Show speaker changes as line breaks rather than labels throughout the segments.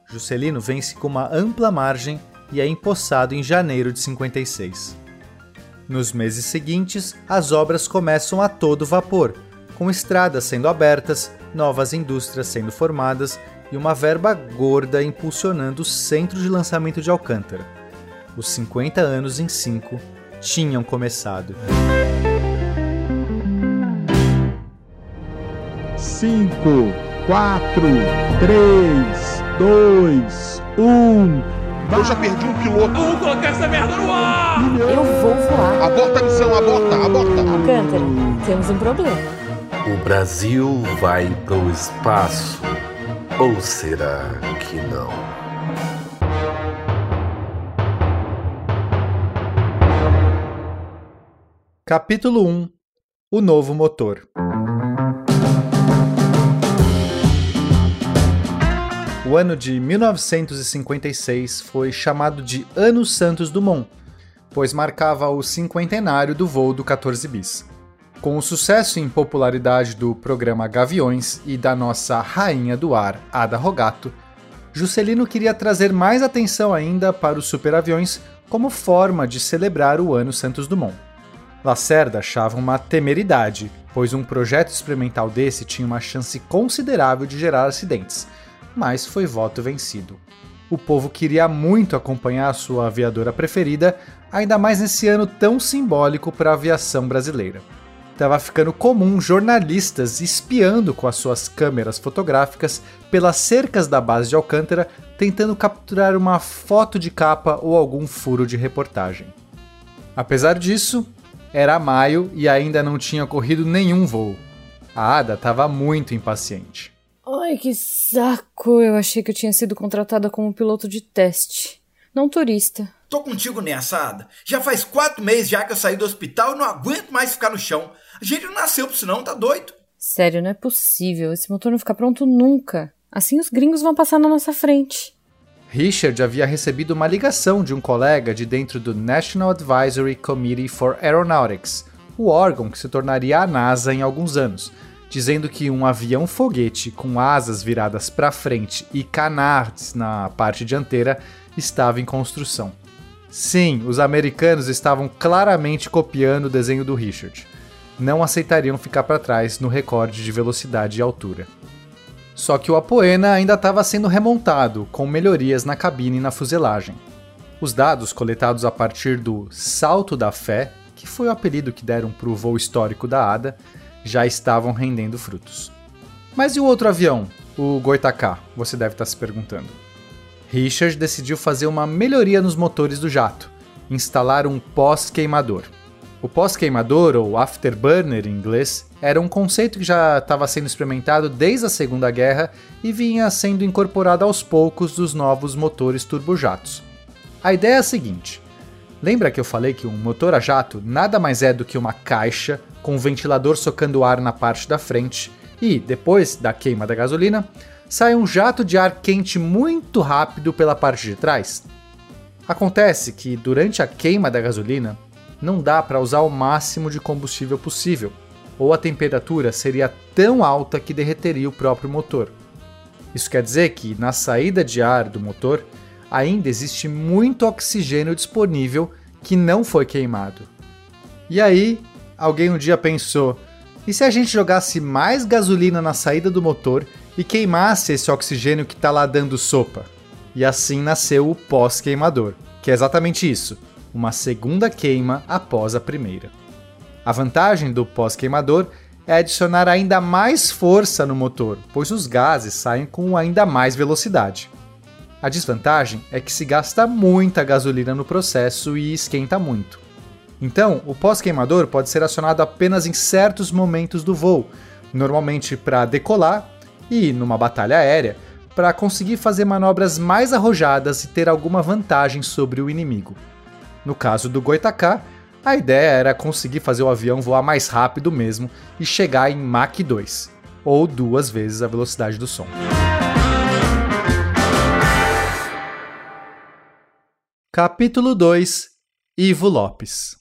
Juscelino vence com uma ampla margem e é empossado em janeiro de 56. Nos meses seguintes, as obras começam a todo vapor, com estradas sendo abertas, novas indústrias sendo formadas e uma verba gorda impulsionando o centro de lançamento de Alcântara. Os 50 anos em 5 tinham começado.
5, 4, 3, 2, 1.
Eu já perdi um piloto.
Vamos colocar essa merda no ar!
Eu vou voar.
Aborta a missão, aborta.
Alcântara, temos um problema.
O Brasil vai pro espaço. Ou será que não?
Capítulo 1. O novo motor. O ano de 1956 foi chamado de Ano Santos Dumont, pois marcava o cinquentenário do voo do 14 bis. Com o sucesso em popularidade do programa Gaviões e da nossa rainha do ar, Ada Rogato, Juscelino queria trazer mais atenção ainda para os superaviões como forma de celebrar o Ano Santos Dumont. Lacerda achava uma temeridade, pois um projeto experimental desse tinha uma chance considerável de gerar acidentes, mas foi voto vencido. O povo queria muito acompanhar a sua aviadora preferida, ainda mais nesse ano tão simbólico para a aviação brasileira. Estava ficando comum jornalistas espiando com as suas câmeras fotográficas pelas cercas da base de Alcântara, tentando capturar uma foto de capa ou algum furo de reportagem. Apesar disso, era maio e ainda não tinha ocorrido nenhum voo. A Ada estava muito impaciente.
Ai, que saco! Eu achei que eu tinha sido contratada como piloto de teste, não turista.
Tô contigo nessa, Ada. Já faz 4 meses já que eu saí do hospital e não aguento mais ficar no chão. A gente não nasceu pra isso não, tá doido?
Sério, não é possível. Esse motor não fica pronto nunca. Assim os gringos vão passar na nossa frente.
Richard havia recebido uma ligação de um colega de dentro do National Advisory Committee for Aeronautics, o órgão que se tornaria a NASA em alguns anos, dizendo que um avião-foguete com asas viradas para frente e canards na parte dianteira estava em construção. Sim, os americanos estavam claramente copiando o desenho do Richard. Não aceitariam ficar para trás no recorde de velocidade e altura. Só que o Apoena ainda estava sendo remontado, com melhorias na cabine e na fuselagem. Os dados coletados a partir do Salto da Fé, que foi o apelido que deram para o voo histórico da Ada, já estavam rendendo frutos. Mas e o outro avião, o Goitacá? Você deve estar se perguntando. Richard decidiu fazer uma melhoria nos motores do jato, instalar um pós-queimador. O pós-queimador, ou afterburner em inglês, era um conceito que já estava sendo experimentado desde a Segunda Guerra e vinha sendo incorporado aos poucos dos novos motores turbojatos. A ideia é a seguinte: lembra que eu falei que um motor a jato nada mais é do que uma caixa com um ventilador socando ar na parte da frente e, depois da queima da gasolina, sai um jato de ar quente muito rápido pela parte de trás? Acontece que, durante a queima da gasolina, não dá para usar o máximo de combustível possível, ou a temperatura seria tão alta que derreteria o próprio motor. Isso quer dizer que, na saída de ar do motor, ainda existe muito oxigênio disponível que não foi queimado. E aí, alguém um dia pensou, e se a gente jogasse mais gasolina na saída do motor e queimasse esse oxigênio que está lá dando sopa? E assim nasceu o pós-queimador, que é exatamente isso, uma segunda queima após a primeira. A vantagem do pós-queimador é adicionar ainda mais força no motor, pois os gases saem com ainda mais velocidade. A desvantagem é que se gasta muita gasolina no processo e esquenta muito. Então, o pós-queimador pode ser acionado apenas em certos momentos do voo, normalmente para decolar e, numa batalha aérea, para conseguir fazer manobras mais arrojadas e ter alguma vantagem sobre o inimigo. No caso do Goitacá, a ideia era conseguir fazer o avião voar mais rápido mesmo e chegar em Mach 2, ou 2 vezes a velocidade do som. Capítulo 2. Ivo Lopes.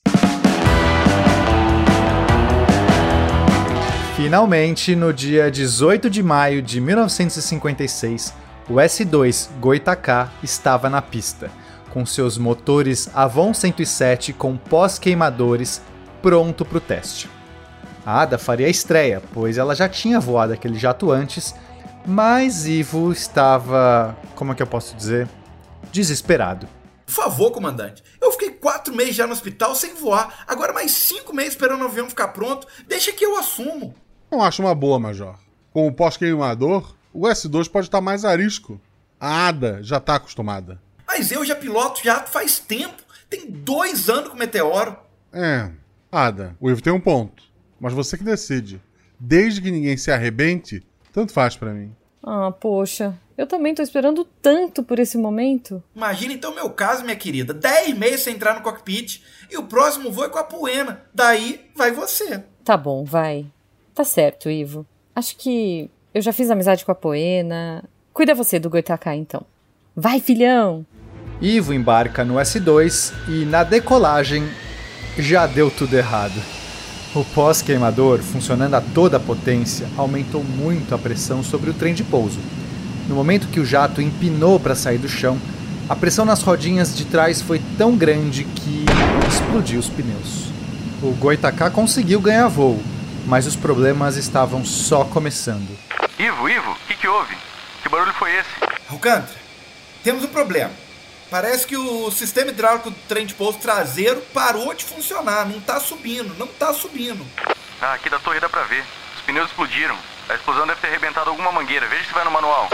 Finalmente, no dia 18 de maio de 1956, O S-2 Goitacá estava na pista, com seus motores Avon 107 com pós-queimadores pronto para o teste. A Ada faria a estreia, pois ela já tinha voado aquele jato antes, mas Ivo estava, como é que eu posso dizer, desesperado.
Por favor, comandante. Eu fiquei 4 meses já no hospital sem voar. Agora mais 5 meses esperando o avião ficar pronto. Deixa que eu assumo.
Não acho uma boa, Major. Com o pós-queimador, o S-2 pode estar mais arisco. A Ada já está acostumada.
Mas eu já piloto jato faz tempo. Tem 2 anos com o Meteoro.
Ada, o Ivo tem um ponto. Mas você que decide. Desde que ninguém se arrebente, tanto faz pra mim.
Ah, poxa. Eu também tô esperando tanto por esse momento.
Imagina então o meu caso, minha querida. 10 meses sem entrar no cockpit. E o próximo voo é com a Apuena. Daí vai você.
Tá bom, vai. Tá certo, Ivo. Acho que eu já fiz amizade com a Apuena. Cuida você do Goitacá, então. Vai, filhão!
Ivo embarca no S-2 e na decolagem já deu tudo errado. O pós-queimador, funcionando a toda a potência, aumentou muito a pressão sobre o trem de pouso. No momento que o jato empinou para sair do chão, a pressão nas rodinhas de trás foi tão grande que explodiu os pneus. O Goitacá conseguiu ganhar voo, mas os problemas estavam só começando.
Ivo, o que houve? Que barulho foi esse?
Alcântara, temos um problema. Parece que o sistema hidráulico do trem de pouso traseiro parou de funcionar. Não tá subindo.
Ah, aqui da torre dá pra ver. Os pneus explodiram. A explosão deve ter arrebentado alguma mangueira. Veja se vai no manual.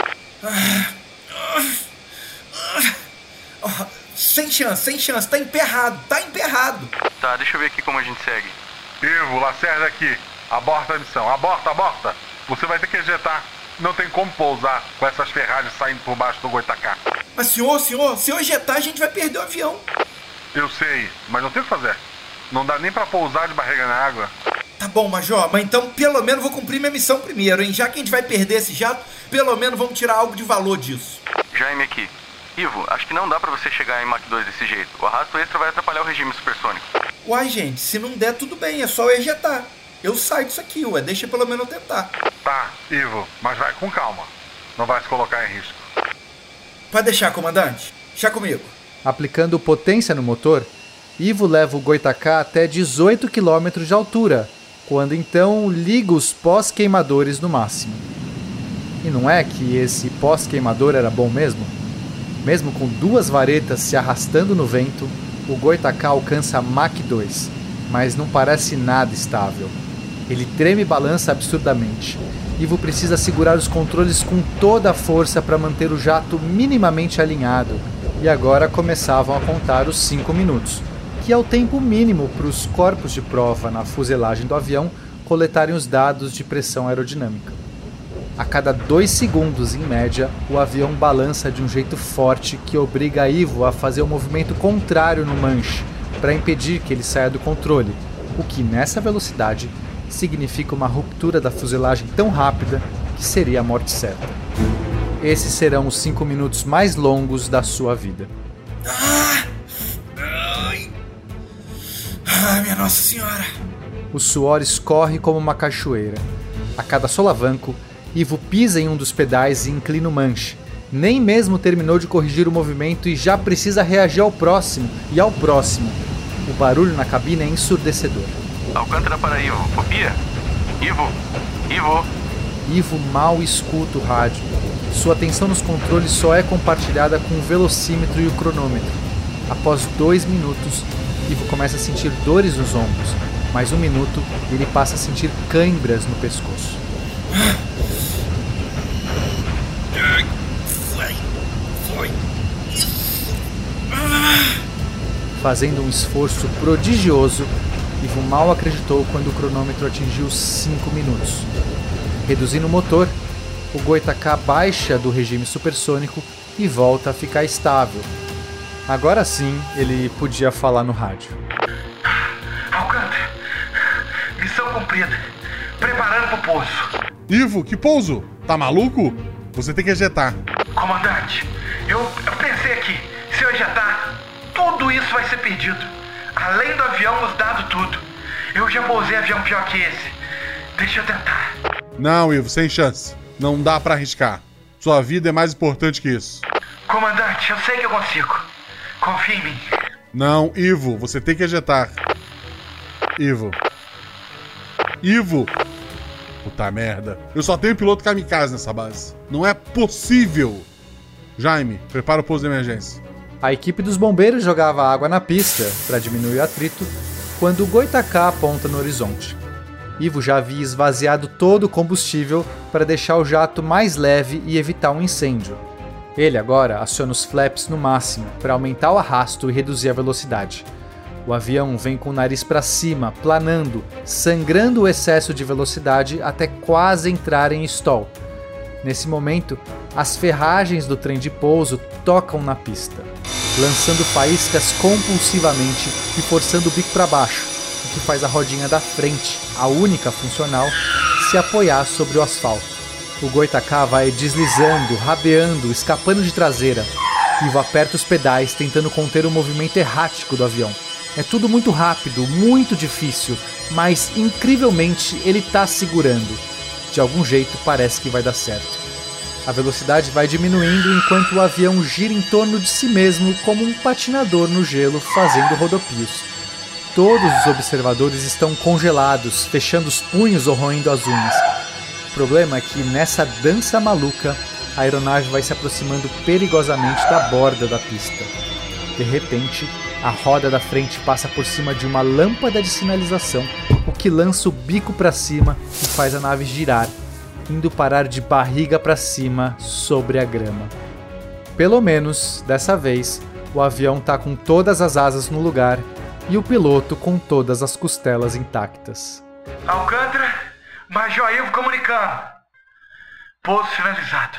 Sem chance. Tá emperrado.
Tá, deixa eu ver aqui como a gente segue.
Ivo, Lacerda aqui. Aborta a missão. Aborta. Você vai ter que ejetar. Não tem como pousar com essas ferragens saindo por baixo do Goitacá.
Mas senhor, se eu ejetar, a gente vai perder o avião.
Eu sei, mas não tem o que fazer. Não dá nem pra pousar de barriga na água.
Tá bom, Major, mas então pelo menos vou cumprir minha missão primeiro, hein? Já que a gente vai perder esse jato, pelo menos vamos tirar algo de valor disso.
Jaime aqui. Ivo, acho que não dá pra você chegar em Mach 2 desse jeito. O arrasto extra vai atrapalhar o regime supersônico.
Uai, gente, se não der, tudo bem, é só eu ejetar. Eu saio disso aqui, deixa pelo menos eu tentar.
Tá, Ivo, mas vai com calma. Não vai se colocar em risco.
Pode deixar, comandante. Deixa comigo.
Aplicando potência no motor, Ivo leva o Goitacá até 18 km de altura, quando então liga os pós-queimadores no máximo. E não é que esse pós-queimador era bom mesmo? Mesmo com 2 varetas se arrastando no vento, o Goitacá alcança Mach 2, mas não parece nada estável. Ele treme e balança absurdamente. Ivo precisa segurar os controles com toda a força para manter o jato minimamente alinhado. E agora começavam a contar os 5 minutos, que é o tempo mínimo para os corpos de prova na fuselagem do avião coletarem os dados de pressão aerodinâmica. A cada 2 segundos, em média, o avião balança de um jeito forte que obriga Ivo a fazer um movimento contrário no manche para impedir que ele saia do controle, o que nessa velocidade significa uma ruptura da fuselagem tão rápida que seria a morte certa. Esses serão os 5 minutos mais longos da sua vida.
Ai, minha Nossa Senhora!
O suor escorre como uma cachoeira. A cada solavanco, Ivo pisa em um dos pedais e inclina o manche. Nem mesmo terminou de corrigir o movimento e já precisa reagir ao próximo e ao próximo. O barulho na cabine é ensurdecedor.
Alcântara para Ivo. Fobia? Ivo.
Ivo mal escuta o rádio. Sua atenção nos controles só é compartilhada com o velocímetro e o cronômetro. Após 2 minutos, Ivo começa a sentir dores nos ombros. Mais 1 minuto, ele passa a sentir cãibras no pescoço. Fazendo um esforço prodigioso, Ivo mal acreditou quando o cronômetro atingiu 5 minutos. Reduzindo o motor, o Goitacá baixa do regime supersônico e volta a ficar estável. Agora sim, ele podia falar no rádio.
Alcântara, missão cumprida. Preparando pro pouso.
Ivo, que pouso? Tá maluco? Você tem que ejetar.
Comandante, eu pensei aqui. Se eu ejetar, tudo isso vai ser perdido. Além do avião, os dados, tudo. Eu já pousei avião pior que esse. Deixa eu tentar.
Não, Ivo, sem chance. Não dá pra arriscar. Sua vida é mais importante que isso.
Comandante, eu sei que eu consigo. Confia em mim.
Não, Ivo, você tem que ejetar. Ivo. Puta merda. Eu só tenho piloto kamikaze nessa base. Não é possível. Jaime, prepara o pouso de emergência.
A equipe dos bombeiros jogava água na pista para diminuir o atrito quando o Goitacá aponta no horizonte. Ivo já havia esvaziado todo o combustível para deixar o jato mais leve e evitar um incêndio. Ele agora aciona os flaps no máximo para aumentar o arrasto e reduzir a velocidade. O avião vem com o nariz para cima, planando, sangrando o excesso de velocidade até quase entrar em stall. Nesse momento, as ferragens do trem de pouso tocam na pista, lançando faíscas compulsivamente e forçando o bico para baixo, o que faz a rodinha da frente, a única funcional, se apoiar sobre o asfalto. O Goitacá vai deslizando, rabeando, escapando de traseira. Ivo aperta os pedais, tentando conter o movimento errático do avião. É tudo muito rápido, muito difícil, mas incrivelmente ele tá segurando. De algum jeito parece que vai dar certo. A velocidade vai diminuindo enquanto o avião gira em torno de si mesmo como um patinador no gelo fazendo rodopios. Todos os observadores estão congelados, fechando os punhos ou roendo as unhas. O problema é que nessa dança maluca, a aeronave vai se aproximando perigosamente da borda da pista. De repente, a roda da frente passa por cima de uma lâmpada de sinalização, o que lança o bico para cima e faz a nave girar, indo parar de barriga para cima sobre a grama. Pelo menos, dessa vez, o avião está com todas as asas no lugar e o piloto com todas as costelas intactas.
Alcântara, Major Ivo comunicando. Pouso finalizado.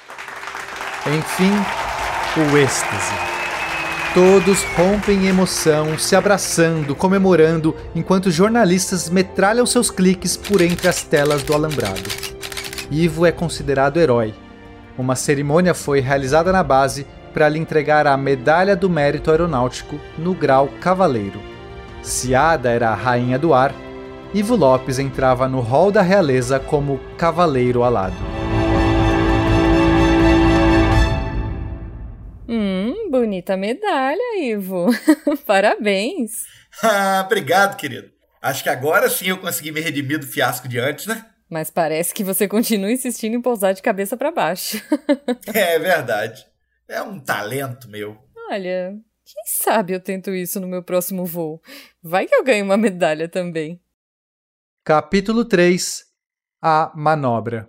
Enfim, o êxtase. Todos rompem em emoção, se abraçando, comemorando, enquanto jornalistas metralham seus cliques por entre as telas do alambrado. Ivo é considerado herói. Uma cerimônia foi realizada na base para lhe entregar a Medalha do Mérito Aeronáutico no grau Cavaleiro. Se Ada era a Rainha do Ar, Ivo Lopes entrava no hall da realeza como Cavaleiro Alado.
Bonita medalha, Ivo. Parabéns.
Obrigado, querido. Acho que agora sim eu consegui me redimir do fiasco de antes, né?
Mas parece que você continua insistindo em pousar de cabeça para baixo.
É verdade. É um talento meu.
Olha, quem sabe eu tento isso no meu próximo voo. Vai que eu ganho uma medalha também.
Capítulo 3. A Manobra.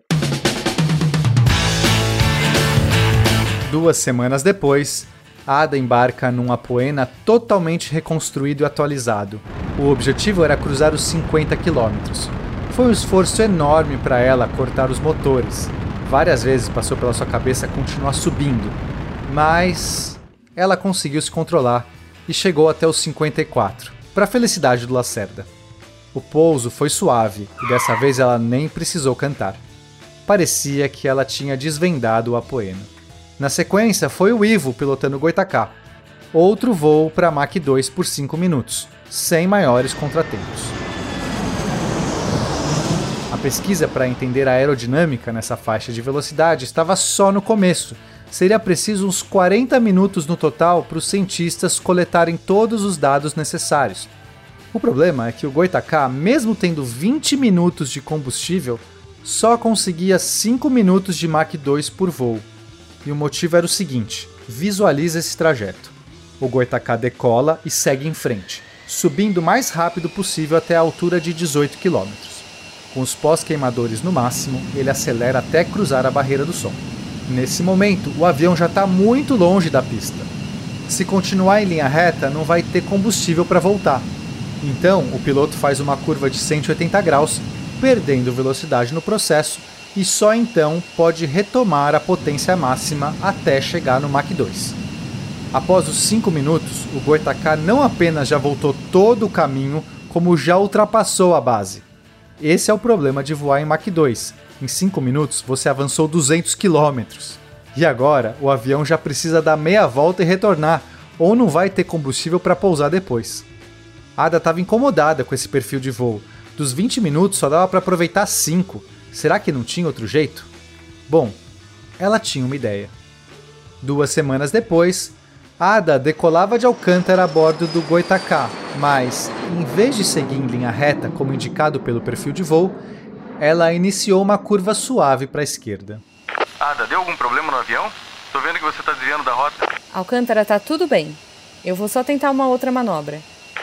2 semanas depois, Ada embarca num Apoena totalmente reconstruído e atualizado. O objetivo era cruzar os 50 quilômetros. Foi um esforço enorme para ela cortar os motores. Várias vezes passou pela sua cabeça continuar subindo, mas ela conseguiu se controlar e chegou até os 54, para a felicidade do Lacerda. O pouso foi suave e dessa vez ela nem precisou cantar. Parecia que ela tinha desvendado o Apoena. Na sequência, foi o Ivo pilotando o Goitacá. Outro voo para Mach 2 por 5 minutos, sem maiores contratempos. A pesquisa para entender a aerodinâmica nessa faixa de velocidade estava só no começo. Seria preciso uns 40 minutos no total para os cientistas coletarem todos os dados necessários. O problema é que o Goitacá, mesmo tendo 20 minutos de combustível, só conseguia 5 minutos de Mach 2 por voo. E o motivo era o seguinte: visualiza esse trajeto. O Goitacá decola e segue em frente, subindo o mais rápido possível até a altura de 18 km. Com os pós-queimadores no máximo, ele acelera até cruzar a barreira do som. Nesse momento, o avião já está muito longe da pista. Se continuar em linha reta, não vai ter combustível para voltar. Então, o piloto faz uma curva de 180 graus, perdendo velocidade no processo, e só então pode retomar a potência máxima até chegar no Mach 2. Após os 5 minutos, o Goitacá não apenas já voltou todo o caminho, como já ultrapassou a base. Esse é o problema de voar em Mach 2. Em 5 minutos, você avançou 200 km. E agora, o avião já precisa dar meia volta e retornar, ou não vai ter combustível para pousar depois. Ada estava incomodada com esse perfil de voo. Dos 20 minutos, só dava para aproveitar 5. Será que não tinha outro jeito? Bom, ela tinha uma ideia. 2 semanas depois, Ada decolava de Alcântara a bordo do Goitacá, mas, em vez de seguir em linha reta como indicado pelo perfil de voo, ela iniciou uma curva suave para a esquerda.
Ada, deu algum problema no avião? Tô vendo que você tá desviando da rota.
Alcântara, tá tudo bem. Eu vou só tentar uma outra manobra.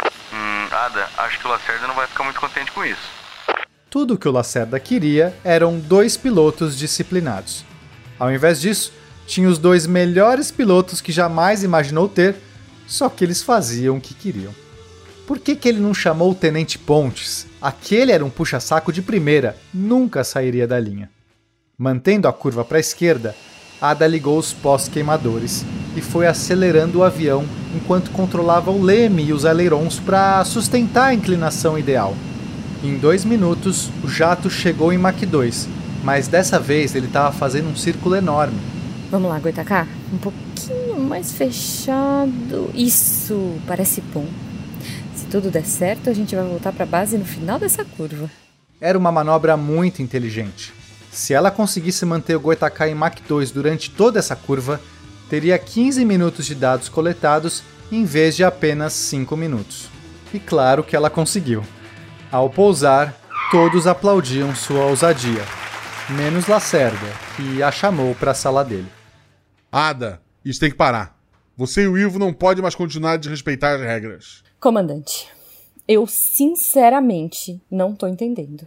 Ada, acho que o Lacerda não vai ficar muito contente com isso.
Tudo o que o Lacerda queria eram 2 pilotos disciplinados. Ao invés disso, tinha os 2 melhores pilotos que jamais imaginou ter, só que eles faziam o que queriam. Por que ele não chamou o Tenente Pontes? Aquele era um puxa-saco de primeira, nunca sairia da linha. Mantendo a curva para a esquerda, Ada ligou os pós-queimadores e foi acelerando o avião enquanto controlava o leme e os alerons para sustentar a inclinação ideal. Em 2 minutos, o jato chegou em Mach 2, mas dessa vez ele estava fazendo um círculo enorme.
Vamos lá, Goitacá. Um pouquinho mais fechado. Isso, parece bom. Se tudo der certo, a gente vai voltar para a base no final dessa curva.
Era uma manobra muito inteligente. Se ela conseguisse manter o Goitacá em Mach 2 durante toda essa curva, teria 15 minutos de dados coletados em vez de apenas 5 minutos. E claro que ela conseguiu. Ao pousar, todos aplaudiam sua ousadia, menos Lacerda, que a chamou para a sala dele.
Ada, isso tem que parar. Você e o Ivo não podem mais continuar a desrespeitar as regras.
Comandante, eu sinceramente não tô entendendo.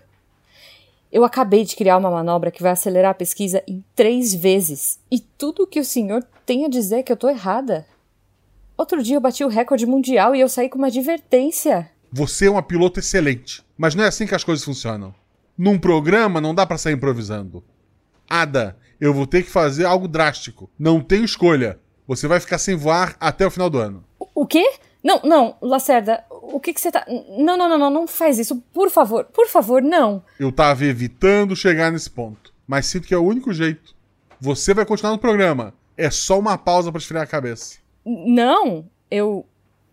Eu acabei de criar uma manobra que vai acelerar a pesquisa em 3 vezes. E tudo o que o senhor tem a dizer é que eu tô errada. Outro dia eu bati o recorde mundial e eu saí com uma advertência.
Você é uma piloto excelente, mas não é assim que as coisas funcionam. Num programa não dá pra sair improvisando. Ada, eu vou ter que fazer algo drástico. Não tenho escolha. Você vai ficar sem voar até o final do ano.
O quê? Não, Lacerda, o que você tá... Não faz isso, por favor, não.
Eu tava evitando chegar nesse ponto, mas sinto que é o único jeito. Você vai continuar no programa. É só uma pausa pra esfriar a cabeça.
Não, eu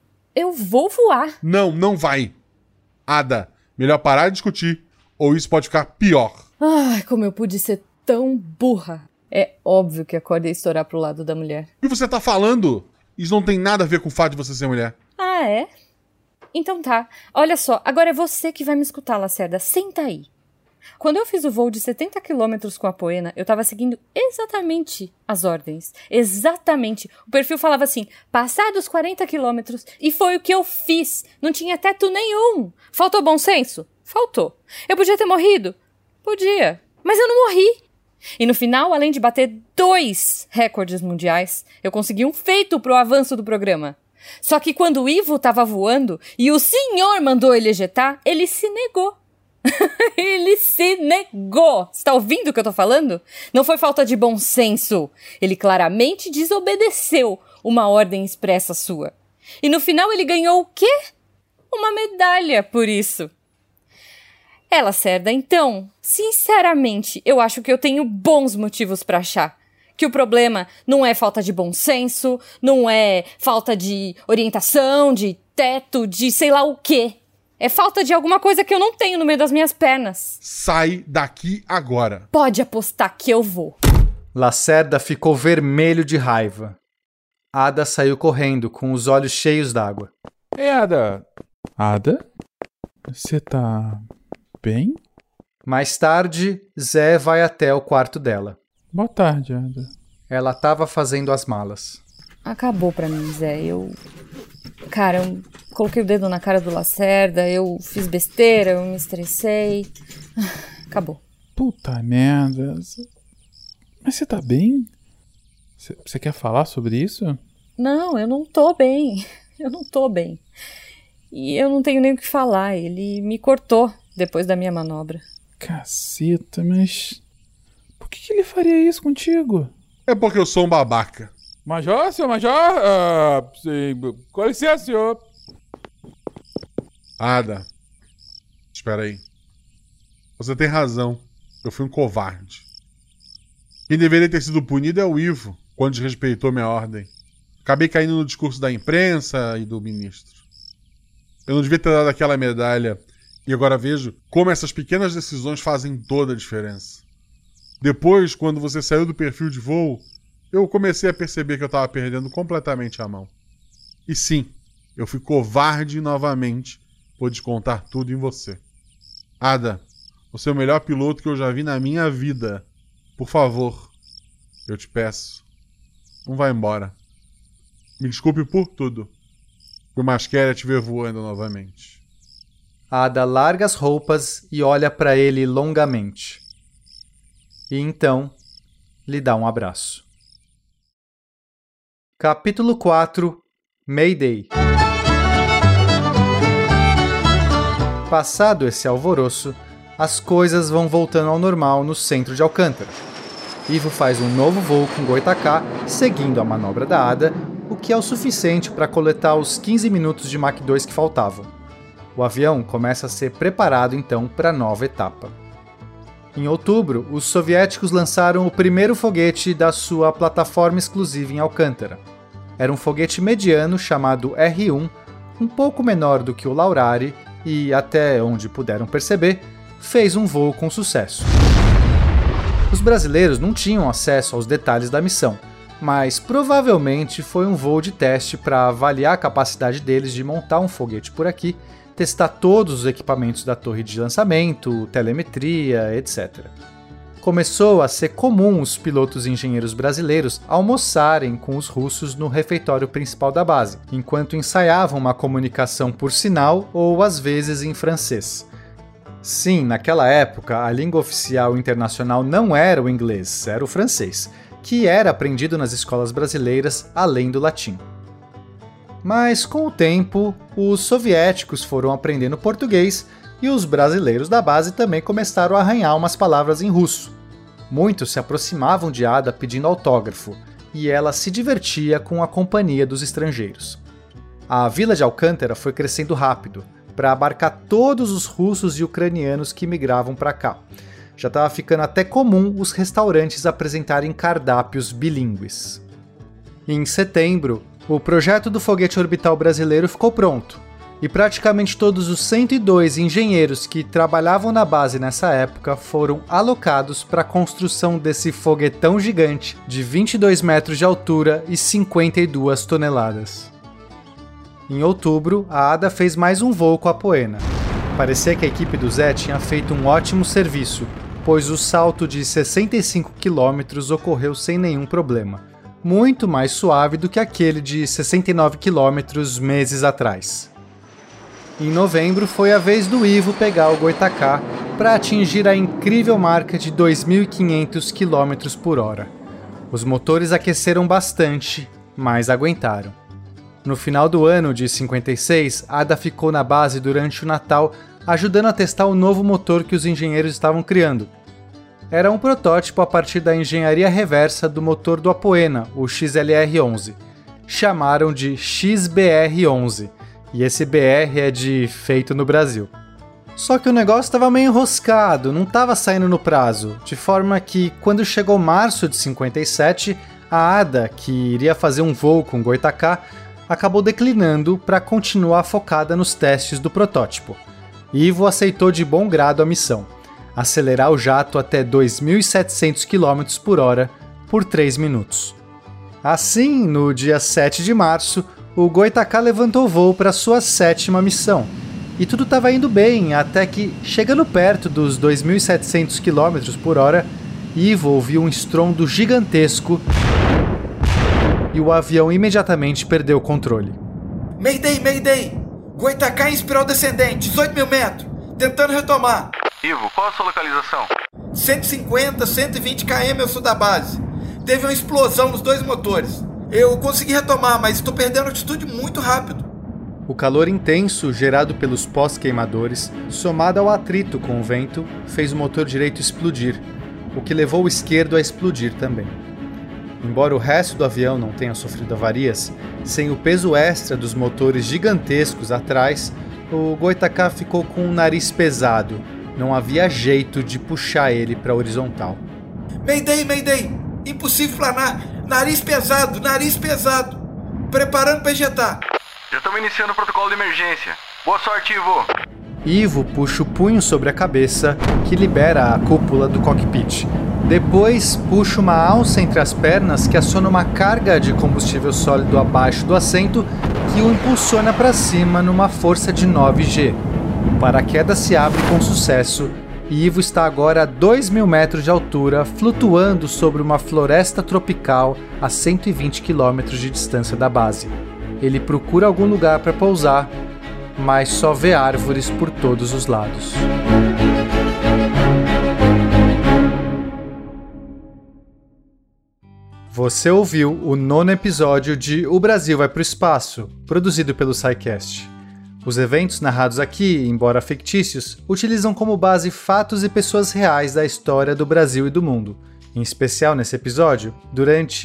vou voar.
Não vai. Ada, melhor parar de discutir, ou isso pode ficar pior.
Ai, como eu pude ser tão burra. É óbvio que a corda ia estourar pro lado da mulher.
O que você tá falando? Isso não tem nada a ver com o fato de você ser mulher.
Ah, é? Então tá. Olha só, agora é você que vai me escutar, Lacerda. Senta aí. Quando eu fiz o voo de 70 km com a Poena, eu tava seguindo exatamente as ordens. Exatamente. O perfil falava assim, passados 40 km. E foi o que eu fiz. Não tinha teto nenhum. Faltou bom senso? Faltou. Eu podia ter morrido? Podia. Mas eu não morri. E no final, além de bater 2 recordes mundiais, eu consegui um feito pro avanço do programa. Só que quando o Ivo tava voando e o senhor mandou ele ejetar, ele se negou. Ele se negou. Você tá ouvindo o que eu tô falando? Não foi falta de bom senso. Ele claramente desobedeceu uma ordem expressa sua. E no final ele ganhou o quê? Uma medalha por isso. Lacerda, então, sinceramente, eu acho que eu tenho bons motivos pra achar que o problema não é falta de bom senso, não é falta de orientação, de teto, de sei lá o quê. É falta de alguma coisa que eu não tenho no meio das minhas pernas.
Sai daqui agora.
Pode apostar que eu vou.
Lacerda ficou vermelho de raiva. Ada saiu correndo, com os olhos cheios d'água.
Ei, Ada. Ada? Você tá bem?
Mais tarde, Zé vai até o quarto dela.
Boa tarde, Ada.
Ela estava fazendo as malas.
Acabou pra mim, Zé. Cara, eu coloquei o dedo na cara do Lacerda, eu fiz besteira, eu me estressei. Acabou.
Puta merda. Mas você tá bem? Você quer falar sobre isso?
Não, eu não tô bem. Eu não tô bem. E eu não tenho nem o que falar. Ele me cortou depois da minha manobra.
Caceta, mas... Por que ele faria isso contigo?
É porque eu sou um babaca.
Major, senhor Major? Sim. Com licença, senhor.
Ada. Espera aí. Você tem razão. Eu fui um covarde. Quem deveria ter sido punido é o Ivo, quando desrespeitou minha ordem. Acabei caindo no discurso da imprensa e do ministro. Eu não devia ter dado aquela medalha. E agora vejo como essas pequenas decisões fazem toda a diferença. Depois, quando você saiu do perfil de voo, eu comecei a perceber que eu tava perdendo completamente a mão. E sim, eu fui covarde novamente por descontar tudo em você. Ada, você é o melhor piloto que eu já vi na minha vida. Por favor, eu te peço, não vá embora. Me desculpe por tudo. Por mais queira te ver voando novamente.
Ada larga as roupas e olha para ele longamente. E então, lhe dá um abraço. Capítulo 4 Mayday. Passado esse alvoroço, as coisas vão voltando ao normal no centro de Alcântara. Ivo faz um novo voo com Goitacá, seguindo a manobra da Ada, o que é o suficiente para coletar os 15 minutos de Mach 2 que faltavam. O avião começa a ser preparado então para a nova etapa. Em outubro, os soviéticos lançaram o primeiro foguete da sua plataforma exclusiva em Alcântara. Era um foguete mediano chamado R1, um pouco menor do que o Laurari e, até onde puderam perceber, fez um voo com sucesso. Os brasileiros não tinham acesso aos detalhes da missão, mas provavelmente foi um voo de teste para avaliar a capacidade deles de montar um foguete por aqui, testar todos os equipamentos da torre de lançamento, telemetria, etc. Começou a ser comum os pilotos e engenheiros brasileiros almoçarem com os russos no refeitório principal da base, enquanto ensaiavam uma comunicação por sinal ou às vezes em francês. Sim, naquela época a língua oficial internacional não era o inglês, era o francês, que era aprendido nas escolas brasileiras além do latim. Mas com o tempo, os soviéticos foram aprendendo português e os brasileiros da base também começaram a arranhar umas palavras em russo. Muitos se aproximavam de Ada pedindo autógrafo, e ela se divertia com a companhia dos estrangeiros. A vila de Alcântara foi crescendo rápido, para abarcar todos os russos e ucranianos que migravam para cá. Já estava ficando até comum os restaurantes apresentarem cardápios bilíngues. Em setembro, o projeto do foguete orbital brasileiro ficou pronto, e praticamente todos os 102 engenheiros que trabalhavam na base nessa época foram alocados para a construção desse foguetão gigante de 22 metros de altura e 52 toneladas. Em outubro, a Ada fez mais um voo com a Poena. Parecia que a equipe do Zé tinha feito um ótimo serviço, pois o salto de 65 km ocorreu sem nenhum problema, muito mais suave do que aquele de 69 km meses atrás. Em novembro foi a vez do Ivo pegar o Goitacá para atingir a incrível marca de 2.500 km por hora. Os motores aqueceram bastante, mas aguentaram. No final do ano de 56, Ada ficou na base durante o Natal, ajudando a testar o novo motor que os engenheiros estavam criando. Era um protótipo a partir da engenharia reversa do motor do Apoena, o XLR-11. Chamaram de XBR-11, e esse BR é de feito no Brasil. Só que o negócio estava meio enroscado, não estava saindo no prazo, de forma que, quando chegou março de 57, a Ada, que iria fazer um voo com Goitacá, acabou declinando para continuar focada nos testes do protótipo. Ivo aceitou de bom grado a missão, acelerar o jato até 2.700 km por hora por 3 minutos. Assim, no dia 7 de março, o Goitacá levantou voo para sua 7ª missão, e tudo estava indo bem, até que, chegando perto dos 2.700 km por hora, Ivo ouviu um estrondo gigantesco e o avião imediatamente perdeu o controle.
Mayday, Mayday! Goitacá em espiral descendente, 18 mil metros, tentando retomar.
Ivo, qual a sua localização?
150, 120 km eu sou da base. Teve uma explosão nos 2 motores. Eu consegui retomar, mas estou perdendo altitude muito rápido.
O calor intenso gerado pelos pós-queimadores, somado ao atrito com o vento, fez o motor direito explodir, o que levou o esquerdo a explodir também. Embora o resto do avião não tenha sofrido avarias, sem o peso extra dos motores gigantescos atrás, o Goitacá ficou com o nariz pesado. Não havia jeito de puxar ele para a horizontal.
Mayday, Mayday! Impossível planar! Nariz pesado, nariz pesado! Preparando para ejetar!
Já estamos iniciando o protocolo de emergência. Boa sorte, Ivo!
Ivo puxa o punho sobre a cabeça, que libera a cúpula do cockpit, Depois, puxa uma alça entre as pernas que aciona uma carga de combustível sólido abaixo do assento que o impulsiona para cima numa força de 9G. O paraquedas se abre com sucesso e Ivo está agora a 2.000 metros de altura, flutuando sobre uma floresta tropical a 120 km de distância da base. Ele procura algum lugar para pousar, mas só vê árvores por todos os lados. Você ouviu o 9º episódio de O Brasil vai pro Espaço, produzido pelo SciCast. Os eventos narrados aqui, embora fictícios, utilizam como base fatos e pessoas reais da história do Brasil e do mundo. Em especial nesse episódio, durante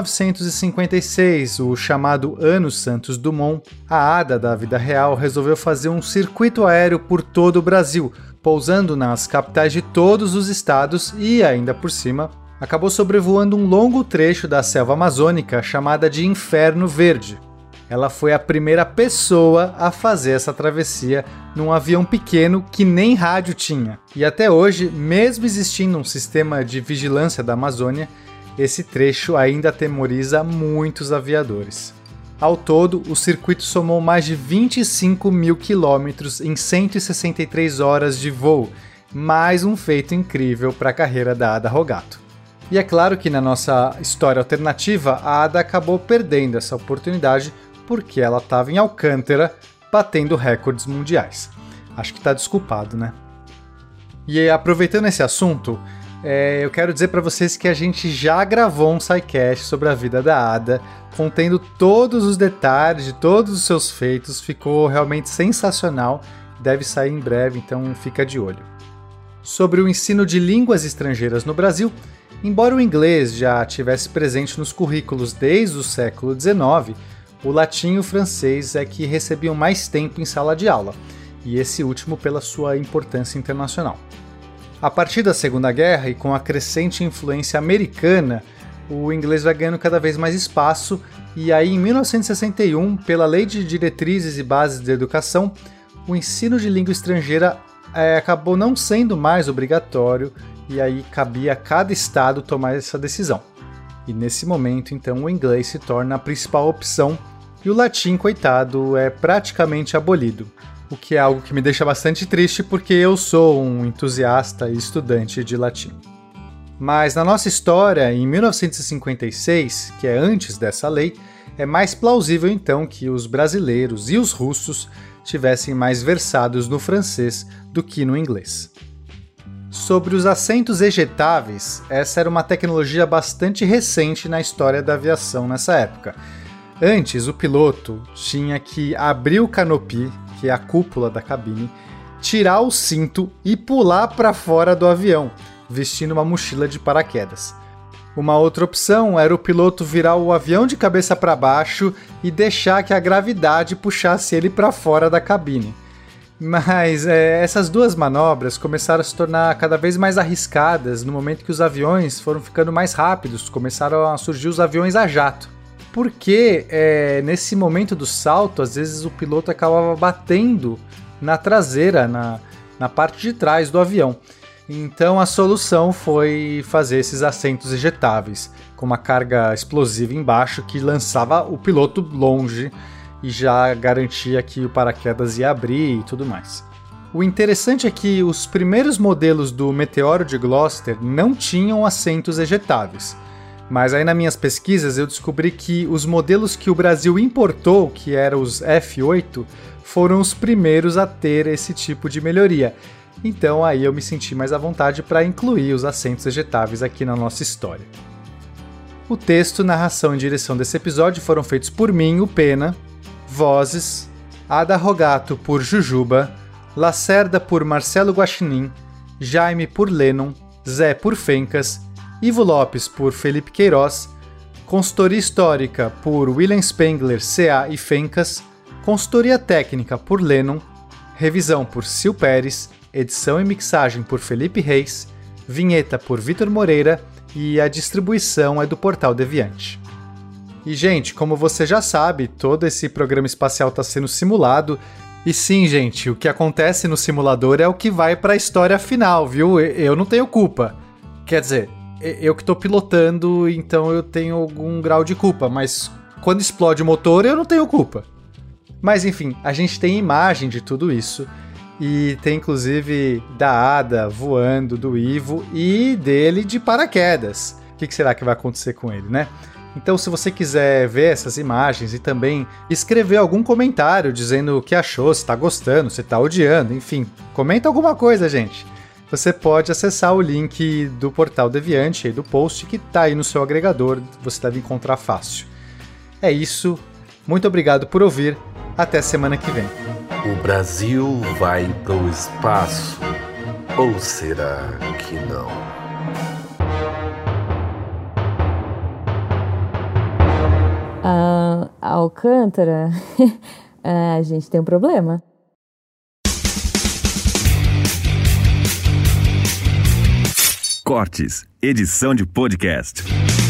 1956, o chamado Ano Santos Dumont, a Ada da vida real resolveu fazer um circuito aéreo por todo o Brasil, pousando nas capitais de todos os estados e, ainda por cima, acabou sobrevoando um longo trecho da selva amazônica chamada de Inferno Verde. Ela foi a primeira pessoa a fazer essa travessia num avião pequeno que nem rádio tinha. E até hoje, mesmo existindo um sistema de vigilância da Amazônia, esse trecho ainda atemoriza muitos aviadores. Ao todo, o circuito somou mais de 25 mil quilômetros em 163 horas de voo, mais um feito incrível para a carreira da Ada Rogato. E é claro que na nossa história alternativa, a Ada acabou perdendo essa oportunidade porque ela estava em Alcântara batendo recordes mundiais. Acho que está desculpado, né? E aproveitando esse assunto, eu quero dizer para vocês que a gente já gravou um SciCast sobre a vida da Ada, contendo todos os detalhes de todos os seus feitos. Ficou realmente sensacional, deve sair em breve, então fica de olho. Sobre o ensino de línguas estrangeiras no Brasil, embora o inglês já tivesse presente nos currículos desde o século XIX, o latim e o francês é que recebiam mais tempo em sala de aula, e esse último pela sua importância internacional. A partir da Segunda Guerra e com a crescente influência americana, o inglês vai ganhando cada vez mais espaço, e aí em 1961, pela Lei de Diretrizes e Bases da Educação, o ensino de língua estrangeira acabou não sendo mais obrigatório, e aí cabia a cada estado tomar essa decisão. E nesse momento, então, o inglês se torna a principal opção e o latim, coitado, é praticamente abolido. O que é algo que me deixa bastante triste porque eu sou um entusiasta e estudante de latim. Mas na nossa história, em 1956, que é antes dessa lei, é mais plausível então que os brasileiros e os russos tivessem mais versados no francês do que no inglês. Sobre os assentos ejetáveis, essa era uma tecnologia bastante recente na história da aviação nessa época. Antes, o piloto tinha que abrir o canopy, que é a cúpula da cabine, tirar o cinto e pular para fora do avião, vestindo uma mochila de paraquedas. Uma outra opção era o piloto virar o avião de cabeça para baixo e deixar que a gravidade puxasse ele para fora da cabine. Mas essas duas manobras começaram a se tornar cada vez mais arriscadas no momento que os aviões foram ficando mais rápidos, começaram a surgir os aviões a jato. Porque nesse momento do salto, às vezes o piloto acabava batendo na traseira, na parte de trás do avião. Então a solução foi fazer esses assentos ejetáveis, com uma carga explosiva embaixo que lançava o piloto longe e já garantia que o paraquedas ia abrir e tudo mais. O interessante é que os primeiros modelos do Meteoro de Gloster não tinham assentos ejetáveis. Mas aí nas minhas pesquisas eu descobri que os modelos que o Brasil importou, que eram os F8, foram os primeiros a ter esse tipo de melhoria. Então aí eu me senti mais à vontade para incluir os assentos ejetáveis aqui na nossa história. O texto, narração e direção desse episódio foram feitos por mim, o Pena. Vozes: Ada Rogato por Jujuba, Lacerda por Marcelo Guaxinim, Jaime por Lennon, Zé por Fencas, Ivo Lopes por Felipe Queiroz, consultoria histórica por William Spengler, CA e Fencas, consultoria técnica por Lennon, revisão por Sil Pérez, edição e mixagem por Felipe Reis, vinheta por Vitor Moreira e a distribuição é do Portal Deviante. E, gente, como você já sabe, todo esse programa espacial está sendo simulado. E sim, gente, o que acontece no simulador é o que vai para a história final, viu? Eu não tenho culpa. Quer dizer, eu que tô pilotando, então eu tenho algum grau de culpa, mas quando explode o motor eu não tenho culpa. Mas enfim, a gente tem imagem de tudo isso e tem inclusive da Ada voando, do Ivo e dele de paraquedas. O que será que vai acontecer com ele, né? Então, se você quiser ver essas imagens e também escrever algum comentário dizendo o que achou, se tá gostando, se tá odiando, enfim, comenta alguma coisa, gente. Você pode acessar o link do Portal Deviante aí do post que tá aí no seu agregador, você deve encontrar fácil. É isso, muito obrigado por ouvir, até semana que vem.
O Brasil vai pro espaço, ou será que não?
Alcântara, a gente tem um problema.
Cortes, edição de podcast.